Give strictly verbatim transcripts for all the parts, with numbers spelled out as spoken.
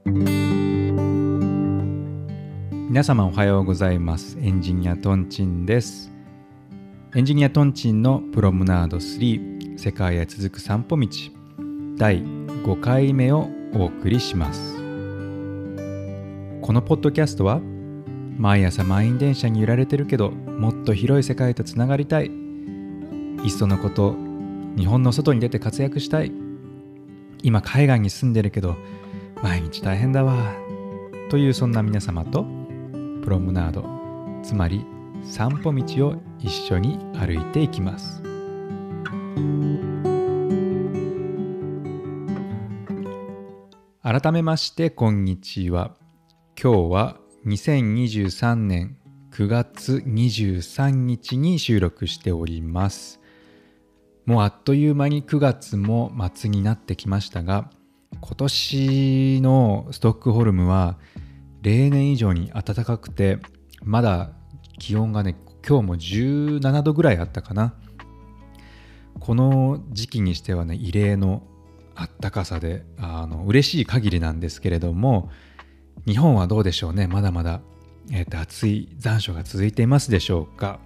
皆様おはようございます。エンジニアトンチンです。エンジニアトンチンのプロムナードスリー、世界へ続く散歩道だいごかいめをお送りします。このポッドキャストは毎朝満員電車に揺られてるけど、もっと広い世界とつながりたい、いっそのこと日本の外に出て活躍したい、今海外に住んでるけど毎日大変だわという、そんな皆様とプロムナード、つまり散歩道を一緒に歩いていきます。改めましてこんにちは。今日はにせんにじゅうさんねんくがつにじゅうさんにちに収録しております。もうあっという間にくがつも末になってきましたが、今年のストックホルムは例年以上に暖かくて、まだ気温がね、今日もじゅうななどぐらいあったかな。この時期にしてはね、異例の暖かさで、あの嬉しい限りなんですけれども、日本はどうでしょうね。まだまだ、えーと、暑い残暑が続いていますでしょうか。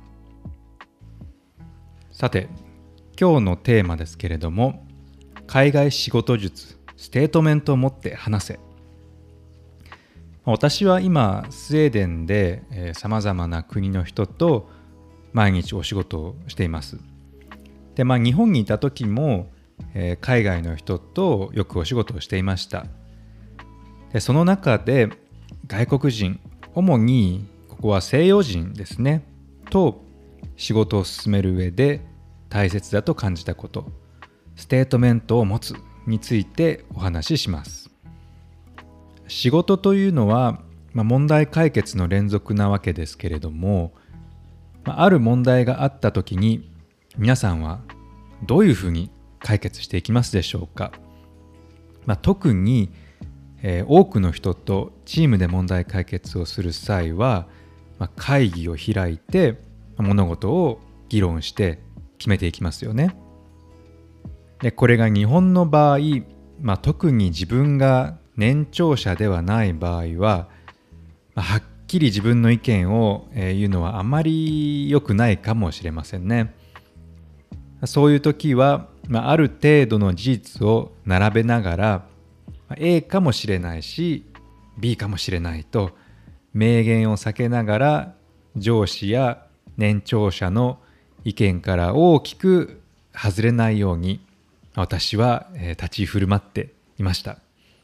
さて、今日のテーマですけれども、海外仕事術、ステートメントを持って話せ。私は今スウェーデンでさまざまな国の人と毎日お仕事をしています。で、まあ、日本にいた時も、えー、海外の人とよくお仕事をしていました。で、その中で外国人、主にここは西洋人ですね、と仕事を進める上で大切だと感じたこと、ステートメントを持つについてお話しします。仕事というのは、まあ、問題解決の連続なわけですけれども、まあ、ある問題があったときに皆さんはどういうふうに解決していきますでしょうか。まあ、特に、えー、多くの人とチームで問題解決をする際は、まあ、会議を開いて物事を議論して決めていきますよね。で、これが日本の場合、まあ、特に自分が年長者ではない場合は、まあ、はっきり自分の意見を、えー、言うのはあまり良くないかもしれませんね。そういう時は、まあ、ある程度の事実を並べながら、まあ、A かもしれないし B かもしれないと明言を避けながら、上司や年長者の意見から大きく外れないように私は、えー、立ち振る舞っていました。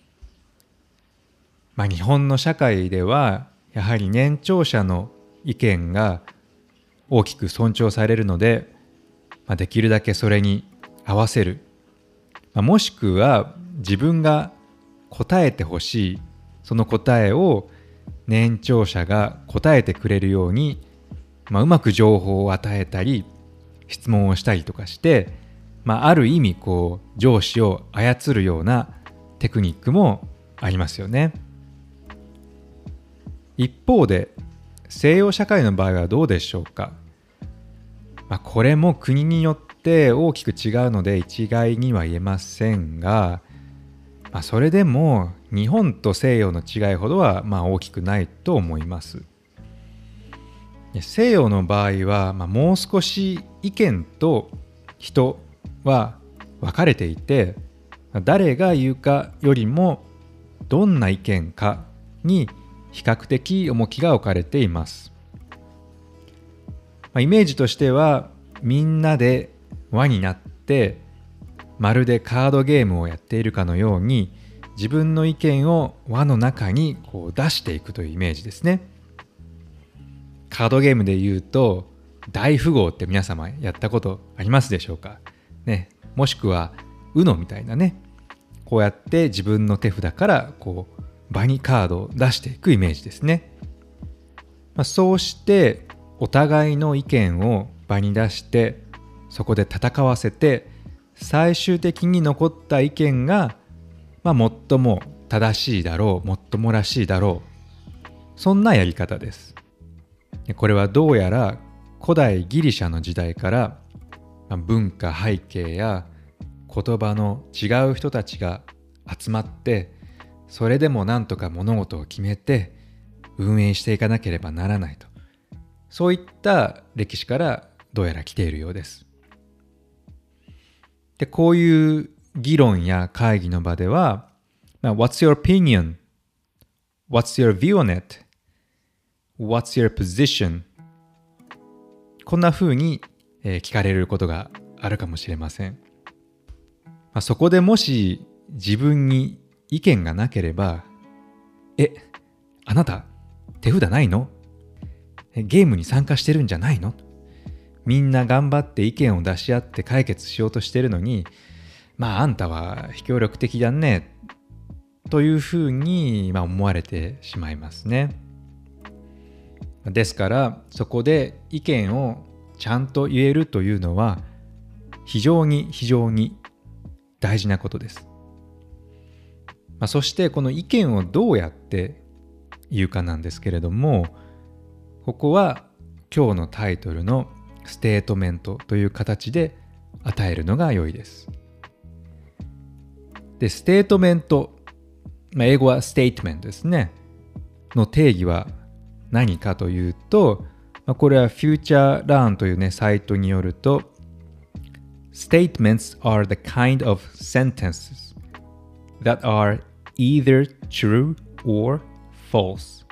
まあ、日本の社会ではやはり年長者の意見が大きく尊重されるので、まあ、できるだけそれに合わせる、まあ、もしくは自分が答えてほしいその答えを年長者が答えてくれるように、まあ、うまく情報を与えたり質問をしたりとかして、まあ、ある意味こう上司を操るようなテクニックもありますよね。一方で西洋社会の場合はどうでしょうか。まあ、これも国によって大きく違うので一概には言えませんが、まあ、それでも日本と西洋の違いほどはまあ大きくないと思います。西洋の場合は、まあ、もう少し意見と人は分かれていて、誰が言うかよりもどんな意見かに比較的重きが置かれています。まあ、イメージとしては、みんなで輪になってまるでカードゲームをやっているかのように、自分の意見を輪の中にこう出していくというイメージですね。カードゲームで言うと大富豪って皆様やったことありますでしょうかね。もしくは ユーノ みたいなね、こうやって自分の手札からこう場にカードを出していくイメージですね。まあ、そうしてお互いの意見を場に出して、そこで戦わせて、最終的に残った意見が、まあ、最も正しいだろう、最もらしいだろう、そんなやり方です。これはどうやら古代ギリシャの時代から、まあ、文化背景や言葉の違う人たちが集まって、 それでもなんとか物事を決めて運営していかなければならないと、そういった歴史からどうやら来ているようです。で、こういう議論や会議の場では、What's your opinion? What's your view on it? What's your position? こんな風に聞かれることがあるかもしれません。まあ、そこでもし自分に意見がなければ、え、あなた手札ないの？ゲームに参加してるんじゃないの？みんな頑張って意見を出し合って解決しようとしてるのに、まああんたは非協力的だねというふうにまあ思われてしまいますね。ですからそこで意見をちゃんと言えるというのは非常に非常に大事なことです。まあ、そしてこの意見をどうやって言うかなんですけれども、ここは今日のタイトルのステートメントという形で与えるのが良いです。で、ステートメント、まあ、英語はステートメントですね、の定義は何かというと、まあ、これは FutureLearn というねサイトによると、Statements are the kind of sentences that are either true or false。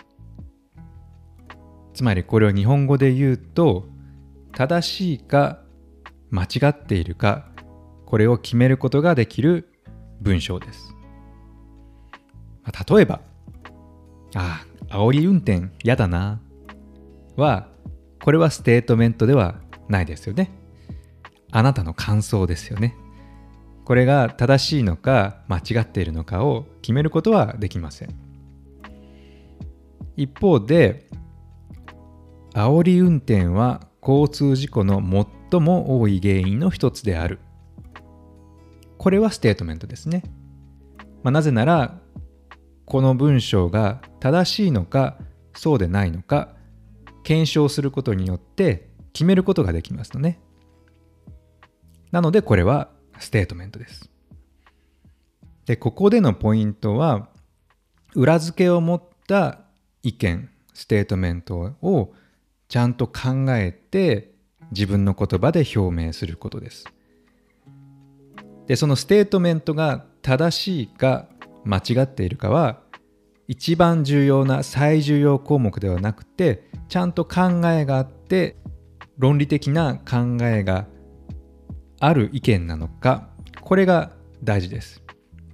つまりこれを日本語で言うと、正しいか間違っているか、これを決めることができる文章です。まあ、例えば、ああ、煽り運転やだなは、これはステートメントではないですよね。あなたの感想ですよね。これが正しいのか間違っているのかを決めることはできません。一方で、煽り運転は交通事故の最も多い原因の一つである。これはステートメントですね。まあ、なぜなら、この文章が正しいのかそうでないのか検証することによって決めることができますのね。なのでこれはステートメントです。で、ここでのポイントは、裏付けを持った意見、ステートメントをちゃんと考えて自分の言葉で表明することです。で、そのステートメントが正しいか間違っているかは一番重要な最重要項目ではなくて、ちゃんと考えがあって論理的な考えがある意見なのか、これが大事です。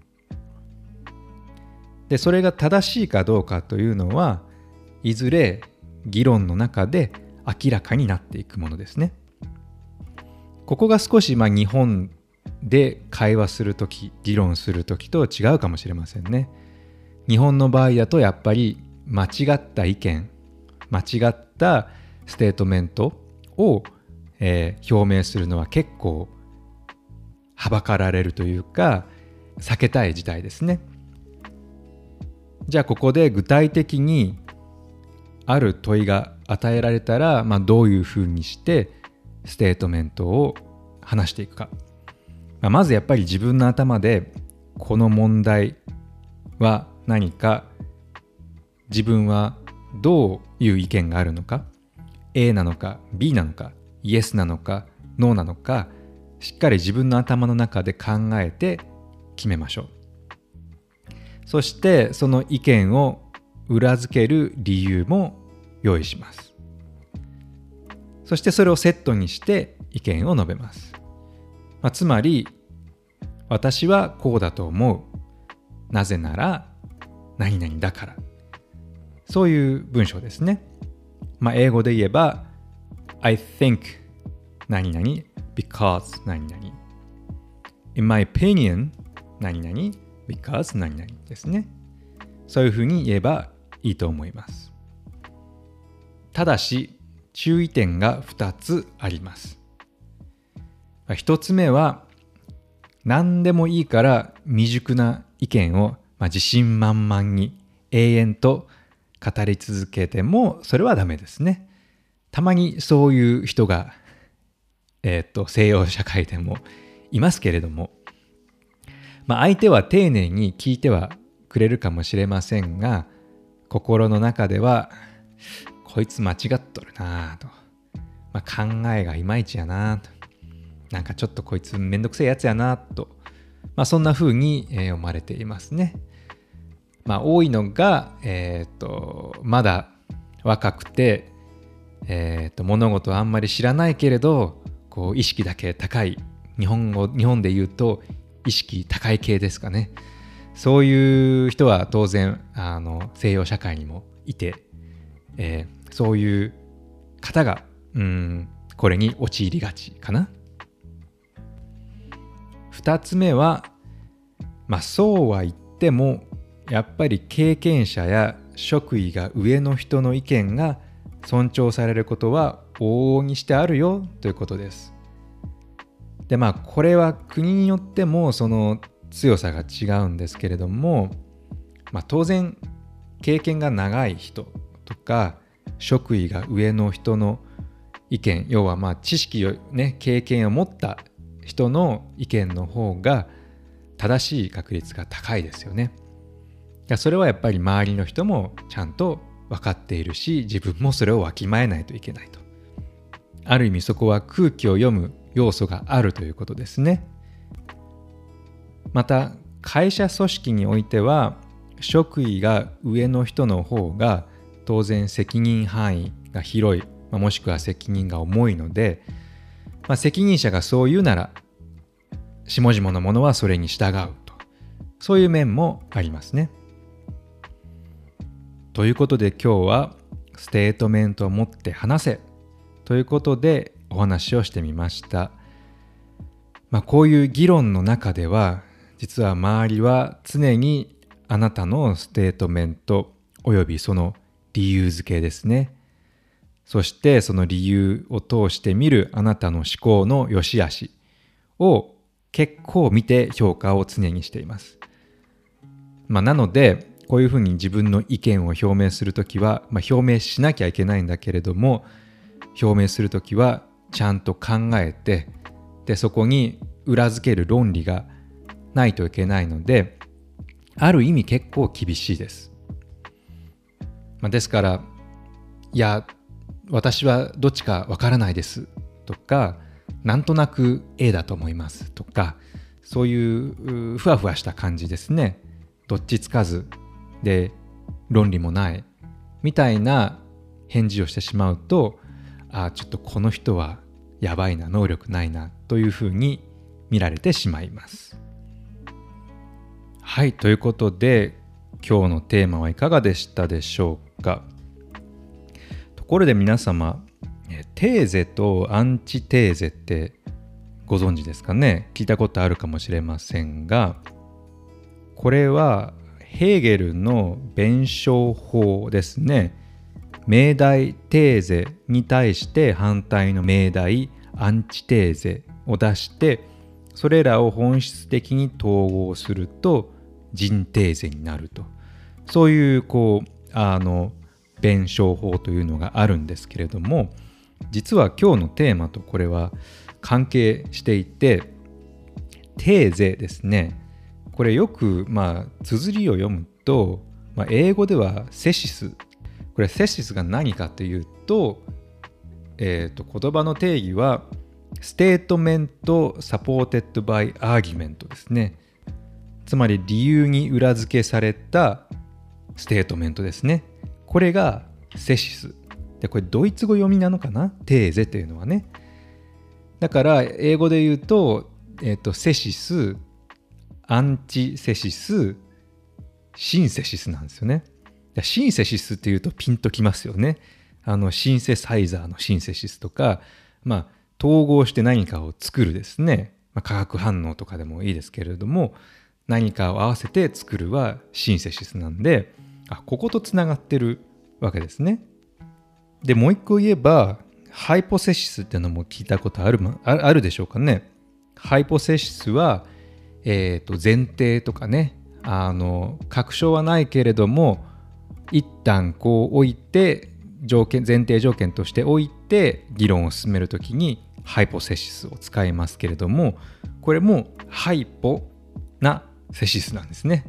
で、それが正しいかどうかというのはいずれ議論の中で明らかになっていくものですね。ここが少しまあ日本で会話するとき、議論するときと違うかもしれませんね。日本の場合だとやっぱり間違った意見、間違ったステートメントを、えー、表明するのは結構はばかられるというか避けたい事態ですね。じゃあここで具体的にある問いが与えられたら、まあ、どういうふうにしてステートメントを話していくか。まあ、まずやっぱり自分の頭でこの問題は何か、自分はどういう意見があるのか、 A なのか B なのか、イエスなのかノーなのか、しっかり自分の頭の中で考えて決めましょう。そしてその意見を裏付ける理由も用意します。そしてそれをセットにして意見を述べます。まあ、つまり、私はこうだと思う。なぜなら何々だから。そういう文章ですね。まあ、英語で言えば I think 何々 because 何々 In my opinion 何々 because 何々ですね。そういうふうに言えばいいと思います。ただし注意点がふたつあります。ひとつめは、何でもいいから未熟な意見を、まあ、自信満々に永遠と語り続けてもそれはダメですね。たまにそういう人が、えー、っと西洋社会でもいますけれども、まあ、相手は丁寧に聞いてはくれるかもしれませんが、心の中ではこいつ間違っとるなと、まあ、考えがいまいちやなと、なんかちょっとこいつめんどくせえやつやなと、まあ、そんな風に、えー、読まれていますね。まあ、多いのが、えー、とまだ若くて、えー、と物事をあんまり知らないけれどこう意識だけ高い、日本語日本で言うと意識高い系ですかね。そういう人は当然あの西洋社会にもいて、えー、そういう方がうーんこれに陥りがちかな。二つ目は、まあそうは言ってもやっぱり経験者や職位が上の人の意見が尊重されることは往々にしてあるよということです。でまあこれは国によってもその強さが違うんですけれども、まあ、当然経験が長い人とか職位が上の人の意見、要はまあ知識をね経験を持った人の意見の方が正しい確率が高いですよね。それはやっぱり周りの人もちゃんと分かっているし、自分もそれをわきまえないといけないと。ある意味そこは空気を読む要素があるということですね。また会社組織においては職位が上の人の方が当然責任範囲が広い、もしくは責任が重いので、まあ、責任者がそう言うなら下々の者はそれに従うと、そういう面もありますね。ということで今日はステートメントを持って話せということでお話をしてみました。まあ、こういう議論の中では実は周りは常にあなたのステートメントおよびその理由付けですね。そしてその理由を通して見るあなたの思考の良し悪しを結構見て評価を常にしています。まあ、なのでこういうふうに自分の意見を表明するときは、まあ、表明しなきゃいけないんだけれども、表明するときはちゃんと考えて、でそこに裏付ける論理がないといけないので、ある意味結構厳しいです。まあ、ですからいや私はどっちかわからないですとか、なんとなく A だと思いますとか、そういうふわふわした感じですね。どっちつかずで論理もないみたいな返事をしてしまうと、あちょっとこの人はやばいな、能力ないなというふうに見られてしまいます。はい、ということで今日のテーマはいかがでしたでしょうか。ところで皆様、テーゼとアンチテーゼってご存知ですかね。聞いたことあるかもしれませんが、これはヘーゲルの弁証法ですね。命題テーゼに対して反対の命題アンチテーゼを出して、それらを本質的に統合すると人テーゼになると、そういうこうあの弁証法というのがあるんですけれども、実は今日のテーマとこれは関係していて、テーゼですね。これよくまあ綴りを読むと、まあ、英語ではセシス、これセシスが何かというと、えー、と言葉の定義はステートメントサポーテッドバイアーギュメントですね。つまり理由に裏付けされたステートメントですね。これがセシスで、これドイツ語読みなのかな、テーゼというのはね。だから英語で言うと、えー、とセシス、アンチセシス、シンセシスなんですよね。シンセシスっていうとピンときますよね。あのシンセサイザーのシンセシスとか、まあ統合して何かを作るですね、まあ、化学反応とかでもいいですけれども、何かを合わせて作るはシンセシスなんで、あこことつながってるわけですね。でもう一個言えばハイポセシスっていうのも聞いたことある、ある、あるでしょうかね。ハイポセシスは、えー、と前提とかね、あの確証はないけれども一旦こう置いて条件前提条件として置いて議論を進めるときにハイポセシスを使いますけれども、これもハイポなセシスなんですね。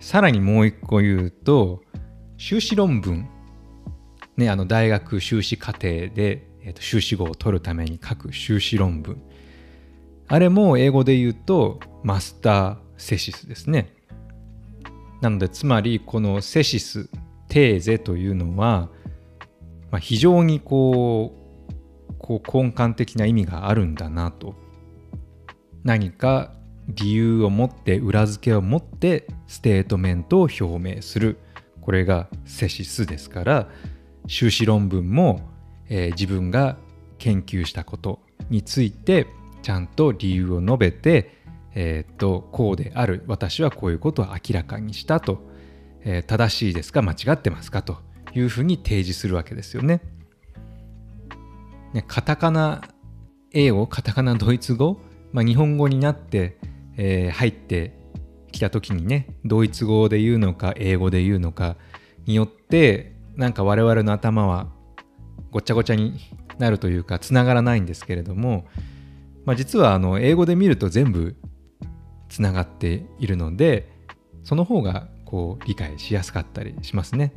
さらにもう一個言うと、修士論文、ね、あの大学修士課程で、えーと、修士号を取るために書く修士論文、あれも英語で言うとマスターセシスですね。なのでつまりこのセシス、テーゼというのは、まあ、非常にこう、こう根幹的な意味があるんだなと。何か理由を持って裏付けを持ってステートメントを表明する、これがセシスですから、修士論文も、えー、自分が研究したことについてちゃんと理由を述べて、えー、っとこうである、私はこういうことを明らかにしたと、えー、正しいですか間違ってますかというふうに提示するわけですよね。ね、カタカナ英語、カタカナドイツ語、まあ、日本語になって、えー、入ってきた時にね、ドイツ語で言うのか英語で言うのかによってなんか我々の頭はごちゃごちゃになるというかつながらないんですけれども、まあ、実はあの英語で見ると全部つながっているので、その方がこう理解しやすかったりしますね。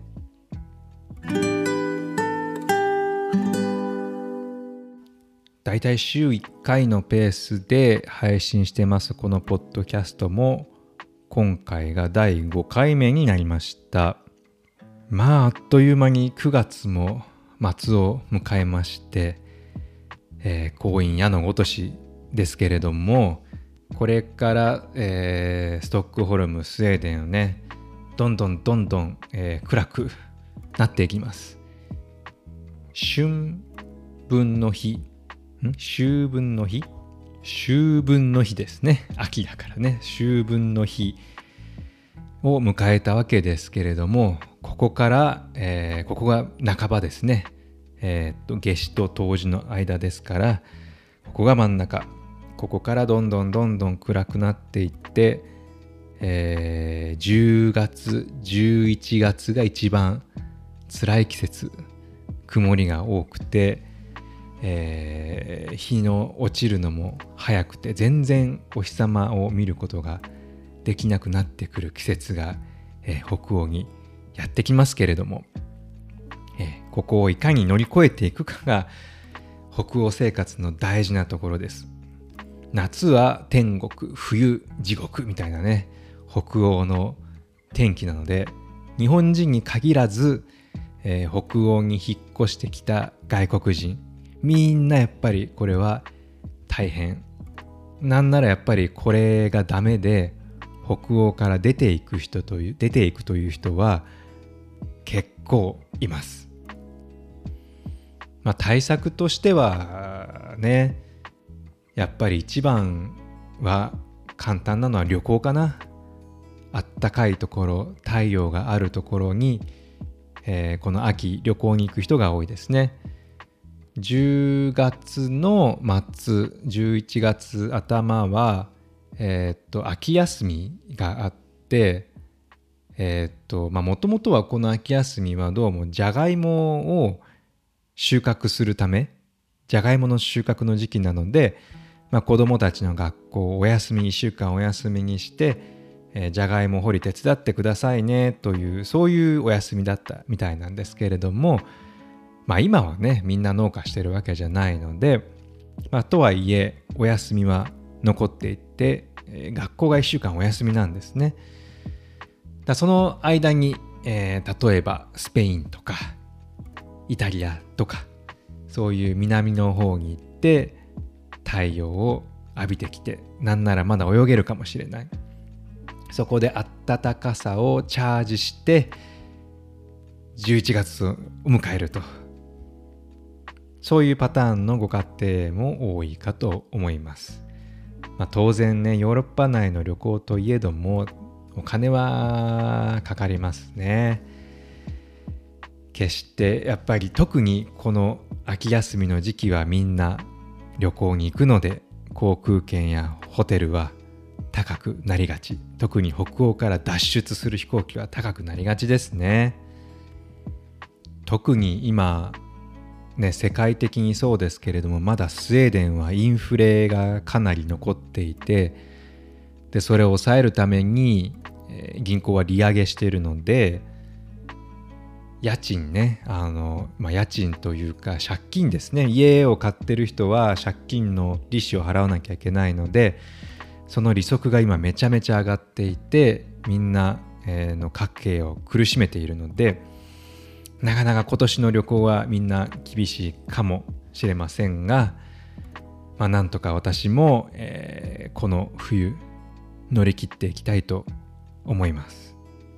だいたい週いっかいのペースで配信してますこのポッドキャストも今回がだいごかいめになりました。まああっという間にくがつも末を迎えまして、えー、光陰矢のごとしですけれども、これから、えー、ストックホルムスウェーデンをね、どんどんどんどん、えー、暗くなっていきます。春分の日、ん秋分の日秋分の日ですね。秋だからね、秋分の日を迎えたわけですけれども、ここから、えー、ここが半ばですね。えー、っと夏至と冬至の間ですから、ここが真ん中。ここからどんどんどんどん暗くなっていって、えー、じゅうがつじゅういちがつが一番辛い季節、曇りが多くて、えー、日の落ちるのも早くて、全然お日様を見ることができなくなってくる季節が、えー、北欧にやってきますけれども、えー、ここをいかに乗り越えていくかが北欧生活の大事なところです。夏は天国、冬地獄みたいなね、北欧の天気なので、日本人に限らず、えー、北欧に引っ越してきた外国人、みんなやっぱりこれは大変。なんならやっぱりこれがダメで北欧から出ていく人という出ていくという人は結構います。まあ対策としてはね、やっぱり一番は簡単なのは旅行かな。あったかいところ、太陽があるところに、えー、この秋旅行に行く人が多いですね。じゅうがつの末、じゅういちがつ頭は、えー、っと秋休みがあって、えー、っとまあもともとはこの秋休みはどうもじゃがいもを収穫するため、じゃがいもの収穫の時期なので、まあ、子どもたちの学校をお休みいっしゅうかんお休みにして、えー、じゃがいも掘り手伝ってくださいねという、そういうお休みだったみたいなんですけれども、まあ今はねみんな農家してるわけじゃないので、まあ、とはいえお休みは残っていって、えー、学校がいっしゅうかんお休みなんですね。だその間に、えー、例えばスペインとかイタリアとかそういう南の方に行って太陽を浴びてきて、なんならまだ泳げるかもしれない。そこで暖かさをチャージしてじゅういちがつを迎えると、そういうパターンのご家庭も多いかと思います。まあ、当然ね、ヨーロッパ内の旅行といえどもお金はかかりますね。決してやっぱり特にこの秋休みの時期はみんな旅行に行くので、航空券やホテルは高くなりがち。特に北欧から脱出する飛行機は高くなりがちですね。特に今ね、世界的にそうですけれども、まだスウェーデンはインフレがかなり残っていて、でそれを抑えるために、 えー、銀行は利上げしているので、家賃ね、あの、まあ、家賃というか借金ですね。家を買ってる人は借金の利子を払わなきゃいけないので、その利息が今めちゃめちゃ上がっていて、みんな、えー、の家計を苦しめているので、なかなか今年の旅行はみんな厳しいかもしれませんが、まあ、なんとか私も、えー、この冬乗り切っていきたいと思います。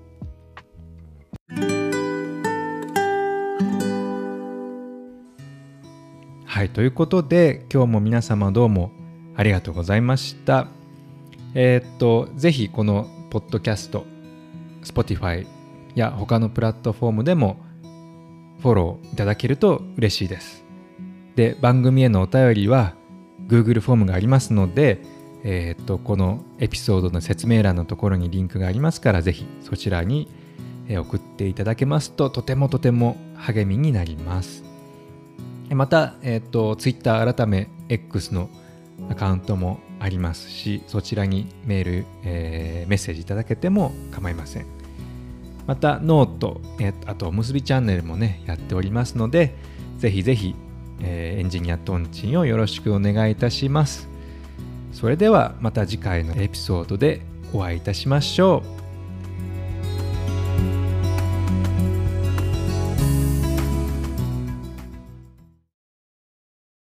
はい、ということで今日も皆様どうもありがとうございました。えー、っとぜひこのポッドキャスト、Spotify や他のプラットフォームでもフォローいただけると嬉しいです。で、番組へのお便りは Google フォームがありますので、えー、っとこのエピソードの説明欄のところにリンクがありますから、ぜひそちらに送っていただけますととてもとても励みになります。また、えー、と Twitter 改め X のアカウントもありますし、そちらにメール、えー、メッセージいただけても構いません。またノート、えー、あとおむすびチャンネルもねやっておりますので、ぜひぜひ、えー、エンジニアトンチンをよろしくお願いいたします。それではまた次回のエピソードでお会いいたしましょう。